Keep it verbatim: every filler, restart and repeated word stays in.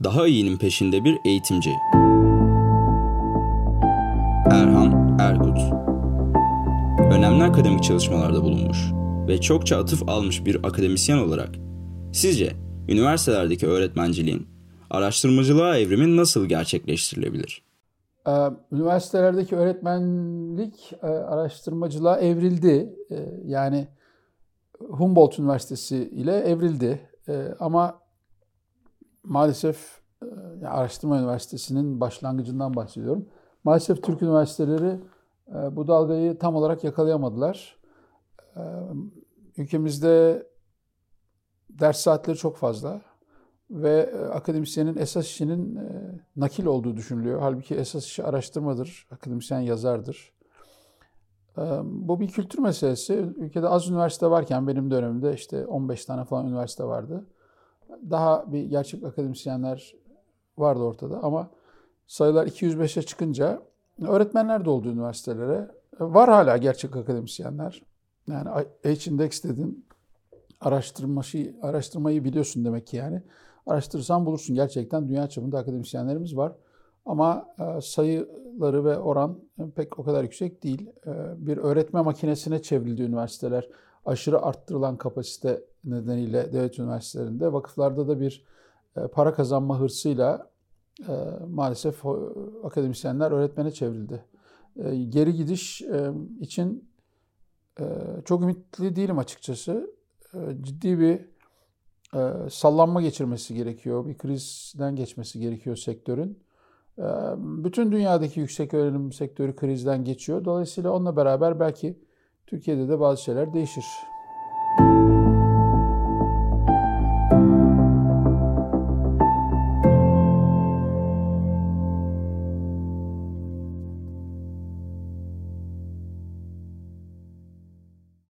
Daha iyinin peşinde bir eğitimci. Erhan Erkut. Önemli akademik çalışmalarda bulunmuş ve çokça atıf almış bir akademisyen olarak sizce üniversitelerdeki öğretmenciliğin araştırmacılığa evrimi nasıl gerçekleştirilebilir? Üniversitelerdeki öğretmenlik araştırmacılığa evrildi. Yani Humboldt Üniversitesi ile evrildi. Ama maalesef Araştırma Üniversitesi'nin başlangıcından bahsediyorum. Maalesef Türk üniversiteleri bu dalgayı tam olarak yakalayamadılar. Ülkemizde ders saatleri çok fazla ve akademisyenin esas işinin nakil olduğu düşünülüyor. Halbuki esas işi araştırmadır, akademisyen yazardır. Bu bir kültür meselesi. Ülkede az üniversite varken benim dönemimde işte on beş tane falan üniversite vardı. Daha bir gerçek akademisyenler vardı ortada ama sayılar iki yüz beşe çıkınca öğretmenler de oldu üniversitelere. Var hala gerçek akademisyenler. Yani H-index dedin, araştırmayı, araştırmayı biliyorsun demek ki yani. Araştırırsan bulursun, gerçekten dünya çapında akademisyenlerimiz var. Ama sayıları ve oran pek o kadar yüksek değil. Bir öğretme makinesine çevrildi üniversiteler. Aşırı arttırılan kapasite nedeniyle devlet üniversitelerinde, vakıflarda da bir para kazanma hırsıyla maalesef akademisyenler öğretmene çevrildi. Geri gidiş için çok ümitli değilim açıkçası. Ciddi bir sallanma geçirmesi gerekiyor. Bir krizden geçmesi gerekiyor sektörün. Bütün dünyadaki yüksek öğrenim sektörü krizden geçiyor. Dolayısıyla onunla beraber belki Türkiye'de de bazı şeyler değişir.